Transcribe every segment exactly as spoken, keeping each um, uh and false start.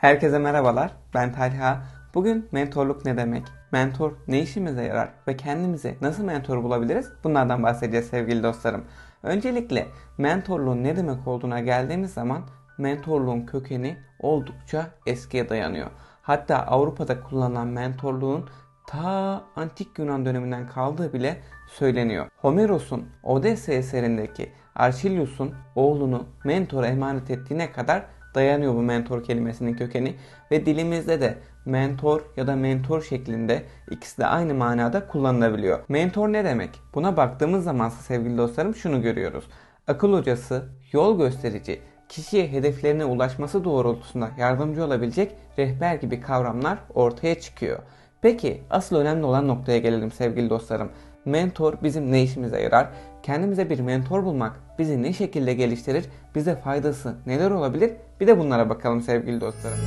Herkese merhabalar, ben Talha. Bugün mentorluk ne demek, mentor ne işimize yarar ve kendimize nasıl mentor bulabiliriz? Bunlardan bahsedeceğiz sevgili dostlarım. Öncelikle mentorluğun ne demek olduğuna geldiğimiz zaman mentorluğun kökeni oldukça eskiye dayanıyor. Hatta Avrupa'da kullanılan mentorluğun ta antik Yunan döneminden kaldığı bile söyleniyor. Homeros'un Odyssey eserindeki Archelius'un oğlunu mentora emanet ettiğine kadar dayanıyor bu mentor kelimesinin kökeni ve dilimizde de mentor ya da mentor şeklinde ikisi de aynı manada kullanılabiliyor. Mentor ne demek? Buna baktığımız zaman sevgili dostlarım şunu görüyoruz. Akıl hocası, yol gösterici, kişiye hedeflerine ulaşması doğrultusunda yardımcı olabilecek rehber gibi kavramlar ortaya çıkıyor. Peki asıl önemli olan noktaya gelelim sevgili dostlarım. Mentor bizim ne işimize yarar? Kendimize bir mentor bulmak bizi ne şekilde geliştirir? Bize faydası neler olabilir? Bir de bunlara bakalım sevgili dostlarım.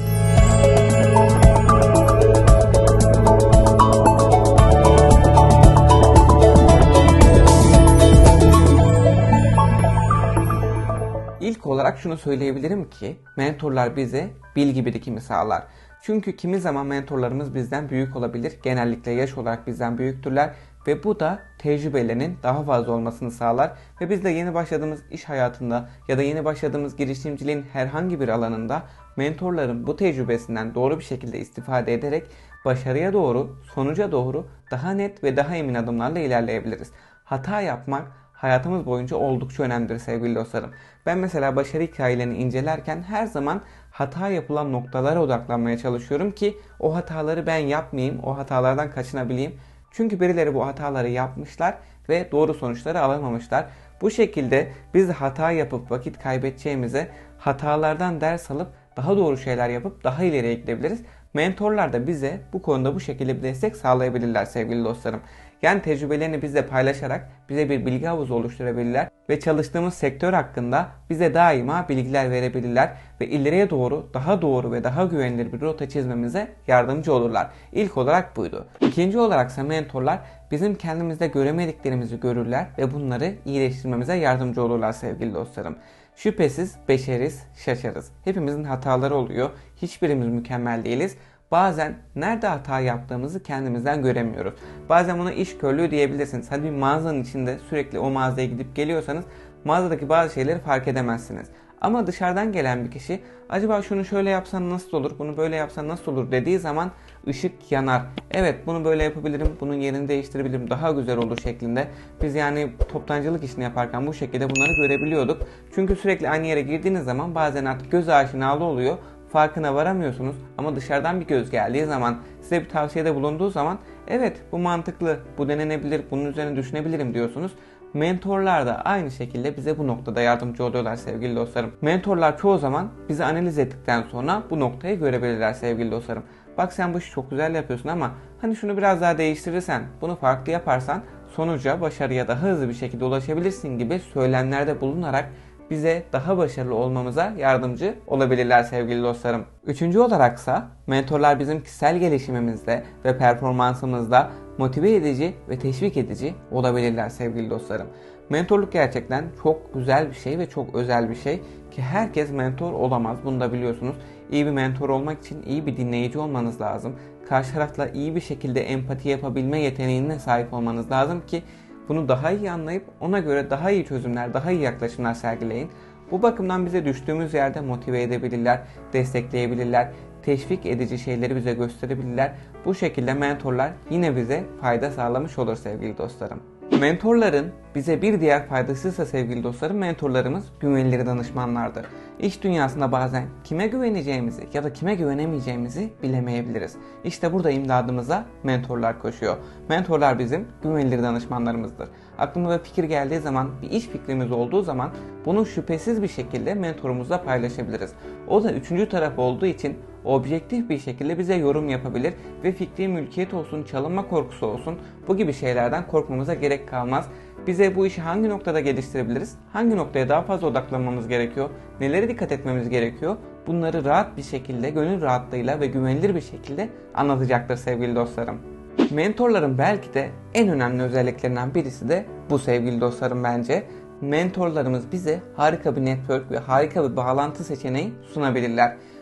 İlk olarak şunu söyleyebilirim ki mentorlar bize bilgi birikimi sağlar. Çünkü kimi zaman mentorlarımız bizden büyük olabilir. Genellikle yaş olarak bizden büyüktürler. Ve bu da tecrübelerinin daha fazla olmasını sağlar. Ve biz de yeni başladığımız iş hayatında ya da yeni başladığımız girişimciliğin herhangi bir alanında mentorların bu tecrübesinden doğru bir şekilde istifade ederek başarıya doğru, sonuca doğru daha net ve daha emin adımlarla ilerleyebiliriz. Hata yapmak hayatımız boyunca oldukça önemlidir sevgili dostlarım. Ben mesela başarı hikayelerini incelerken her zaman hata yapılan noktalara odaklanmaya çalışıyorum ki o hataları ben yapmayayım, o hatalardan kaçınabileyim. Çünkü birileri bu hataları yapmışlar ve doğru sonuçları alamamışlar. Bu şekilde biz de hata yapıp vakit kaybedeceğimize hatalardan ders alıp daha doğru şeyler yapıp daha ileriye gidebiliriz. Mentorlar da bize bu konuda bu şekilde bir destek sağlayabilirler sevgili dostlarım. Yani tecrübelerini bizle paylaşarak bize bir bilgi havuzu oluşturabilirler ve çalıştığımız sektör hakkında bize daima bilgiler verebilirler ve ileriye doğru daha doğru ve daha güvenilir bir rota çizmemize yardımcı olurlar. İlk olarak buydu. İkinci olaraksa mentorlar bizim kendimizde göremediklerimizi görürler ve bunları iyileştirmemize yardımcı olurlar sevgili dostlarım. Şüphesiz beşeriz, şaşarız. Hepimizin hataları oluyor. Hiçbirimiz mükemmel değiliz. Bazen nerede hata yaptığımızı kendimizden göremiyoruz. Bazen buna iş körlüğü diyebilirsiniz. Hadi bir mağazanın içinde sürekli o mağazaya gidip geliyorsanız mağazadaki bazı şeyleri fark edemezsiniz. Ama dışarıdan gelen bir kişi acaba şunu şöyle yapsan nasıl olur, bunu böyle yapsan nasıl olur dediği zaman ışık yanar. Evet, bunu böyle yapabilirim, bunun yerini değiştirebilirim, daha güzel olur şeklinde. Biz yani toptancılık işini yaparken bu şekilde bunları görebiliyorduk. Çünkü sürekli aynı yere girdiğiniz zaman bazen artık göz aşinalı oluyor. Farkına varamıyorsunuz ama dışarıdan bir göz geldiği zaman, size bir tavsiyede bulunduğu zaman evet bu mantıklı, bu denenebilir, bunun üzerine düşünebilirim diyorsunuz. Mentorlar da aynı şekilde bize bu noktada yardımcı oluyorlar sevgili dostlarım. Mentorlar çoğu zaman bizi analiz ettikten sonra bu noktayı görebilirler sevgili dostlarım. Bak sen bu işi çok güzel yapıyorsun ama hani şunu biraz daha değiştirirsen, bunu farklı yaparsan sonuca, başarıya daha hızlı bir şekilde ulaşabilirsin gibi söylemlerde bulunarak bize daha başarılı olmamıza yardımcı olabilirler sevgili dostlarım. Üçüncü olaraksa mentorlar bizim kişisel gelişimimizde ve performansımızda motive edici ve teşvik edici olabilirler sevgili dostlarım. Mentorluk gerçekten çok güzel bir şey ve çok özel bir şey ki herkes mentor olamaz. Bunu da biliyorsunuz. İyi bir mentor olmak için iyi bir dinleyici olmanız lazım. Karşı tarafla iyi bir şekilde empati yapabilme yeteneğine sahip olmanız lazım ki bunu daha iyi anlayıp ona göre daha iyi çözümler, daha iyi yaklaşımlar sergileyin. Bu bakımdan bize düştüğümüz yerde motive edebilirler, destekleyebilirler, teşvik edici şeyleri bize gösterebilirler. Bu şekilde mentorlar yine bize fayda sağlamış olur sevgili dostlarım. Mentorların bize bir diğer faydası ise sevgili dostlarım, mentorlarımız güvenilir danışmanlardır. İş dünyasında bazen kime güveneceğimizi ya da kime güvenemeyeceğimizi bilemeyebiliriz. İşte burada imdadımıza mentorlar koşuyor. Mentorlar bizim güvenilir danışmanlarımızdır. Aklımıza fikir geldiği zaman, bir iş fikrimiz olduğu zaman bunu şüphesiz bir şekilde mentorumuzla paylaşabiliriz. O da üçüncü taraf olduğu için objektif bir şekilde bize yorum yapabilir ve fikri mülkiyet olsun, çalınma korkusu olsun, bu gibi şeylerden korkmamıza gerek kalmaz. Bize bu işi hangi noktada geliştirebiliriz, hangi noktaya daha fazla odaklanmamız gerekiyor, nelere dikkat etmemiz gerekiyor, bunları rahat bir şekilde, gönül rahatlığıyla ve güvenilir bir şekilde anlatacaktır sevgili dostlarım. Mentorların belki de en önemli özelliklerinden birisi de bu sevgili dostlarım bence. Mentorlarımız bize harika bir network ve harika bir bağlantı seçeneği sunabilirler.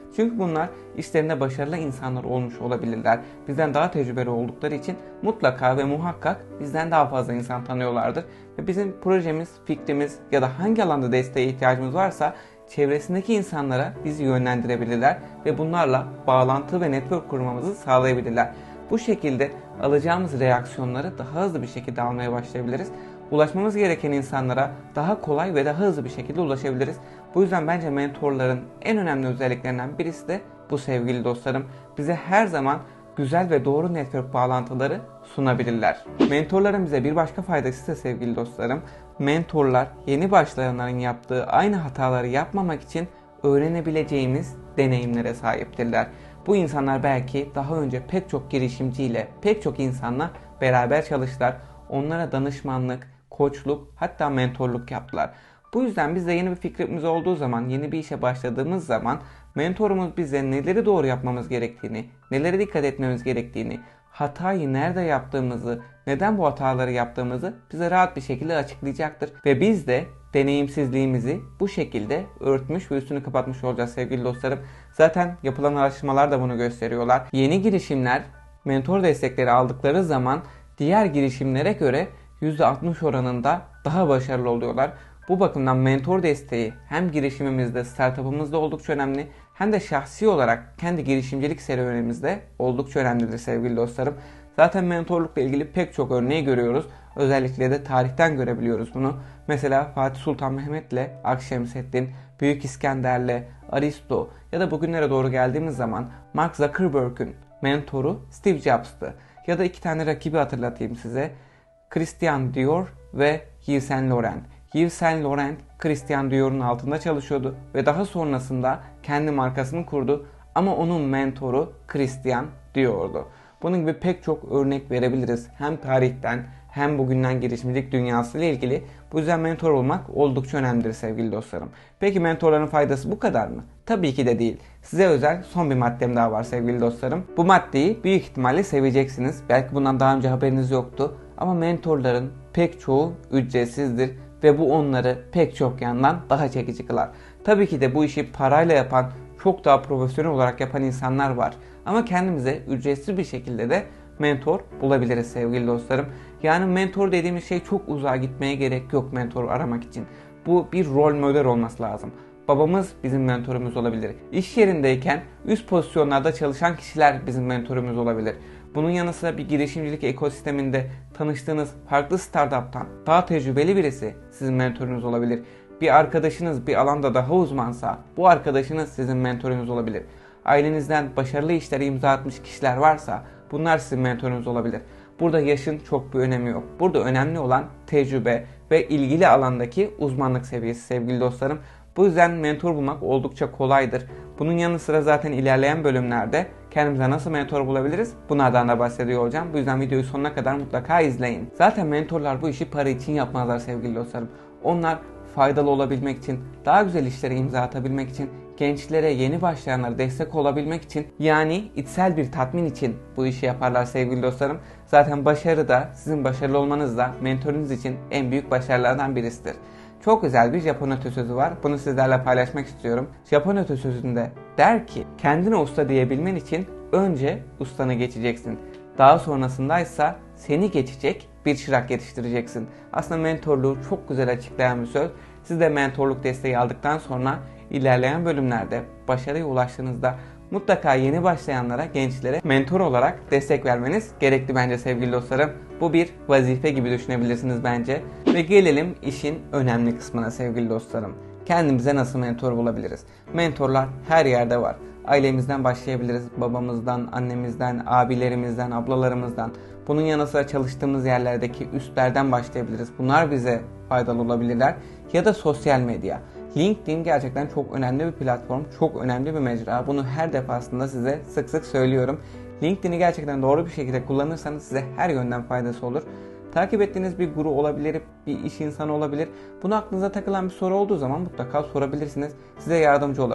Çünkü bunlar işlerinde başarılı insanlar olmuş olabilirler. Bizden daha tecrübeli oldukları için mutlaka ve muhakkak bizden daha fazla insan tanıyorlardır. Ve bizim projemiz, fikrimiz ya da hangi alanda desteğe ihtiyacımız varsa çevresindeki insanlara bizi yönlendirebilirler ve bunlarla bağlantı ve network kurmamızı sağlayabilirler. Bu şekilde alacağımız reaksiyonları daha hızlı bir şekilde almaya başlayabiliriz. Ulaşmamız gereken insanlara daha kolay ve daha hızlı bir şekilde ulaşabiliriz. Bu yüzden bence mentorların en önemli özelliklerinden birisi de bu sevgili dostlarım. Bize her zaman güzel ve doğru network bağlantıları sunabilirler. Mentorların bize bir başka faydası ise sevgili dostlarım, mentorlar yeni başlayanların yaptığı aynı hataları yapmamak için öğrenebileceğimiz deneyimlere sahiptirler. Bu insanlar belki daha önce pek çok girişimciyle, pek çok insanla beraber çalıştılar. Onlara danışmanlık, koçluk, hatta mentorluk yaptılar. Bu yüzden biz de yeni bir fikrimiz olduğu zaman, yeni bir işe başladığımız zaman mentorumuz bize neleri doğru yapmamız gerektiğini, nelere dikkat etmemiz gerektiğini, hatayı nerede yaptığımızı, neden bu hataları yaptığımızı bize rahat bir şekilde açıklayacaktır. Ve biz de deneyimsizliğimizi bu şekilde örtmüş ve üstünü kapatmış olacağız sevgili dostlarım. Zaten yapılan araştırmalar da bunu gösteriyorlar. Yeni girişimler mentor destekleri aldıkları zaman diğer girişimlere göre yüzde altmış oranında daha başarılı oluyorlar. Bu bakımdan mentor desteği hem girişimimizde, startup'ımızda oldukça önemli hem de şahsi olarak kendi girişimcilik serüvenimizde oldukça önemlidir sevgili dostlarım. Zaten mentorlukla ilgili pek çok örneği görüyoruz. Özellikle de tarihten görebiliyoruz bunu. Mesela Fatih Sultan Mehmet'le Akşemseddin, Büyük İskender'le Aristo ya da bugünlere doğru geldiğimiz zaman Mark Zuckerberg'ün mentoru Steve Jobs'tı. Ya da iki tane rakibi hatırlatayım size. Christian Dior ve Yves Saint Laurent. Yves Saint Laurent, Christian Dior'un altında çalışıyordu ve daha sonrasında kendi markasını kurdu. Ama onun mentoru Christian Dior'du. Bunun gibi pek çok örnek verebiliriz. Hem tarihten hem bugünden girişimcilik dünyası ile ilgili. Bu yüzden mentor olmak oldukça önemlidir sevgili dostlarım. Peki mentorların faydası bu kadar mı? Tabii ki de değil. Size özel son bir maddem daha var sevgili dostlarım. Bu maddeyi büyük ihtimalle seveceksiniz. Belki bundan daha önce haberiniz yoktu. Ama mentorların pek çoğu ücretsizdir ve bu onları pek çok yandan daha çekici kılar. Tabii ki de bu işi parayla yapan, çok daha profesyonel olarak yapan insanlar var. Ama kendimize ücretsiz bir şekilde de mentor bulabiliriz sevgili dostlarım. Yani mentor dediğimiz şey çok uzağa gitmeye gerek yok mentor aramak için. Bu bir rol model olması lazım. Babamız bizim mentorumuz olabilir. İş yerindeyken üst pozisyonlarda çalışan kişiler bizim mentorumuz olabilir. Bunun yanı sıra bir girişimcilik ekosisteminde tanıştığınız farklı startup'tan daha tecrübeli birisi sizin mentorunuz olabilir. Bir arkadaşınız bir alanda daha uzmansa bu arkadaşınız sizin mentorunuz olabilir. Ailenizden başarılı işlere imza atmış kişiler varsa bunlar sizin mentorunuz olabilir. Burada yaşın çok bir önemi yok. Burada önemli olan tecrübe ve ilgili alandaki uzmanlık seviyesi sevgili dostlarım. Bu yüzden mentor bulmak oldukça kolaydır. Bunun yanı sıra zaten ilerleyen bölümlerde kendimize nasıl mentor bulabiliriz? Bunlardan da bahsediyor olacağım. Bu yüzden videoyu sonuna kadar mutlaka izleyin. Zaten mentorlar bu işi para için yapmazlar sevgili dostlarım. Onlar faydalı olabilmek için, daha güzel işlere imza atabilmek için, gençlere, yeni başlayanlara destek olabilmek için, yani içsel bir tatmin için bu işi yaparlar sevgili dostlarım. Zaten başarı da, sizin başarılı olmanız da mentorunuz için en büyük başarılardan birisidir. Çok güzel bir Japon atasözü var. Bunu sizlerle paylaşmak istiyorum. Japon atasözünde der ki, kendine usta diyebilmen için önce ustanı geçeceksin. Daha sonrasındaysa seni geçecek bir çırak yetiştireceksin. Aslında mentorluğu çok güzel açıklayan bir söz. Siz de mentorluk desteği aldıktan sonra ilerleyen bölümlerde başarıya ulaştığınızda mutlaka yeni başlayanlara, gençlere mentor olarak destek vermeniz gerekli bence sevgili dostlarım. Bu bir vazife gibi düşünebilirsiniz bence. Ve gelelim işin önemli kısmına sevgili dostlarım. Kendimize nasıl mentor bulabiliriz? Mentorlar her yerde var. Ailemizden başlayabiliriz. Babamızdan, annemizden, abilerimizden, ablalarımızdan. Bunun yanı sıra çalıştığımız yerlerdeki üstlerden başlayabiliriz. Bunlar bize faydalı olabilirler. Ya da sosyal medya. LinkedIn gerçekten çok önemli bir platform, çok önemli bir mecra. Bunu her defasında size sık sık söylüyorum. LinkedIn'i gerçekten doğru bir şekilde kullanırsanız size her yönden faydası olur. Takip ettiğiniz bir guru olabilir, bir iş insanı olabilir. Bunu aklınıza takılan bir soru olduğu zaman mutlaka sorabilirsiniz. Size yardımcı olabilir.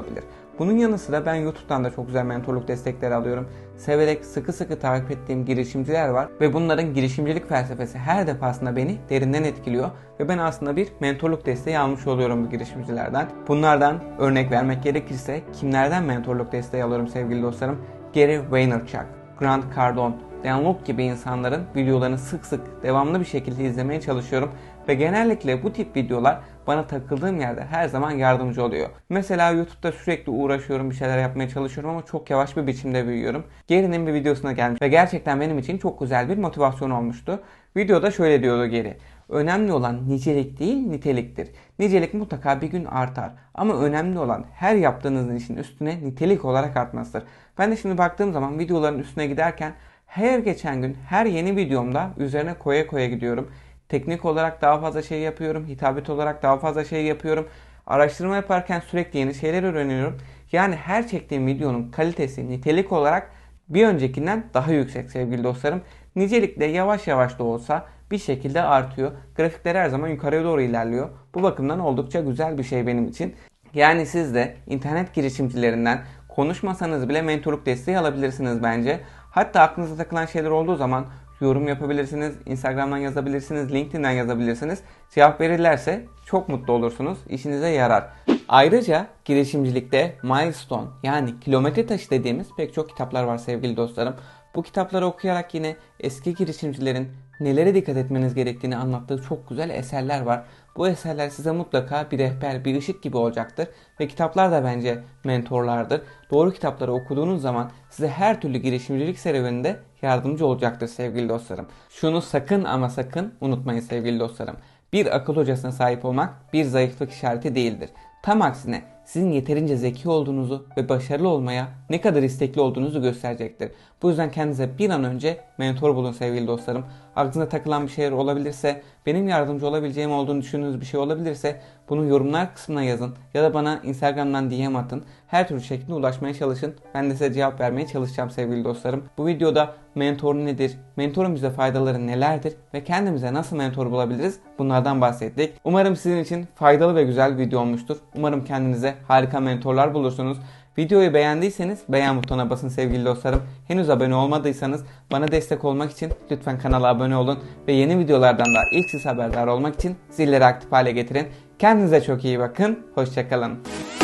Bunun yanı sıra ben YouTube'dan da çok güzel mentorluk destekleri alıyorum. Severek sıkı sıkı takip ettiğim girişimciler var ve bunların girişimcilik felsefesi her defasında beni derinden etkiliyor ve ben aslında bir mentorluk desteği almış oluyorum bu girişimcilerden. Bunlardan örnek vermek gerekirse kimlerden mentorluk desteği alıyorum sevgili dostlarım? Gary Vaynerchuk, Grant Cardone, Dan Lok gibi insanların videolarını sık sık devamlı bir şekilde izlemeye çalışıyorum ve genellikle bu tip videolar bana takıldığım yerde her zaman yardımcı oluyor. Mesela YouTube'da sürekli uğraşıyorum, bir şeyler yapmaya çalışıyorum ama çok yavaş bir biçimde büyüyorum. Gary'nin bir videosuna gelmiş ve gerçekten benim için çok güzel bir motivasyon olmuştu. Videoda şöyle diyordu Gary: önemli olan nicelik değil niteliktir. Nicelik mutlaka bir gün artar ama önemli olan her yaptığınız işin üstüne nitelik olarak artmasıdır. Ben de şimdi baktığım zaman videoların üstüne giderken her geçen gün her yeni videomda üzerine koya koya gidiyorum. Teknik olarak daha fazla şey yapıyorum. Hitabet olarak daha fazla şey yapıyorum. Araştırma yaparken sürekli yeni şeyler öğreniyorum. Yani her çektiğim videonun kalitesi nitelik olarak bir öncekinden daha yüksek sevgili dostlarım. Nicelik de yavaş yavaş da olsa bir şekilde artıyor. Grafikler her zaman yukarıya doğru ilerliyor. Bu bakımdan oldukça güzel bir şey benim için. Yani siz de internet girişimcilerinden konuşmasanız bile mentorluk desteği alabilirsiniz bence. Hatta aklınıza takılan şeyler olduğu zaman yorum yapabilirsiniz, Instagram'dan yazabilirsiniz, LinkedIn'den yazabilirsiniz. Cevap verirlerse çok mutlu olursunuz, işinize yarar. Ayrıca girişimcilikte milestone yani kilometre taşı dediğimiz pek çok kitaplar var sevgili dostlarım. Bu kitapları okuyarak yine eski girişimcilerin nelere dikkat etmeniz gerektiğini anlattığı çok güzel eserler var. Bu eserler size mutlaka bir rehber, bir ışık gibi olacaktır. Ve kitaplar da bence mentorlardır. Doğru kitapları okuduğunuz zaman size her türlü girişimcilik serüveninde yardımcı olacaktır sevgili dostlarım. Şunu sakın ama sakın unutmayın sevgili dostlarım. Bir akıl hocasına sahip olmak bir zayıflık işareti değildir. Tam aksine sizin yeterince zeki olduğunuzu ve başarılı olmaya ne kadar istekli olduğunuzu gösterecektir. Bu yüzden kendinize bir an önce mentor bulun sevgili dostlarım. Aklınıza takılan bir şeyler olabilirse, benim yardımcı olabileceğim olduğunu düşündüğünüz bir şey olabilirse bunu yorumlar kısmına yazın ya da bana Instagram'dan D M atın. Her türlü şekilde ulaşmaya çalışın. Ben de size cevap vermeye çalışacağım sevgili dostlarım. Bu videoda mentor nedir, mentorun bize faydaları nelerdir ve kendimize nasıl mentor bulabiliriz bunlardan bahsettik. Umarım sizin için faydalı ve güzel bir video olmuştur. Umarım kendinize harika mentorlar bulursunuz. Videoyu beğendiyseniz beğen butonuna basın sevgili dostlarım. Henüz abone olmadıysanız bana destek olmak için lütfen kanala abone olun. Ve yeni videolardan da ilk siz haberdar olmak için zilleri aktif hale getirin. Kendinize çok iyi bakın. Hoşça kalın.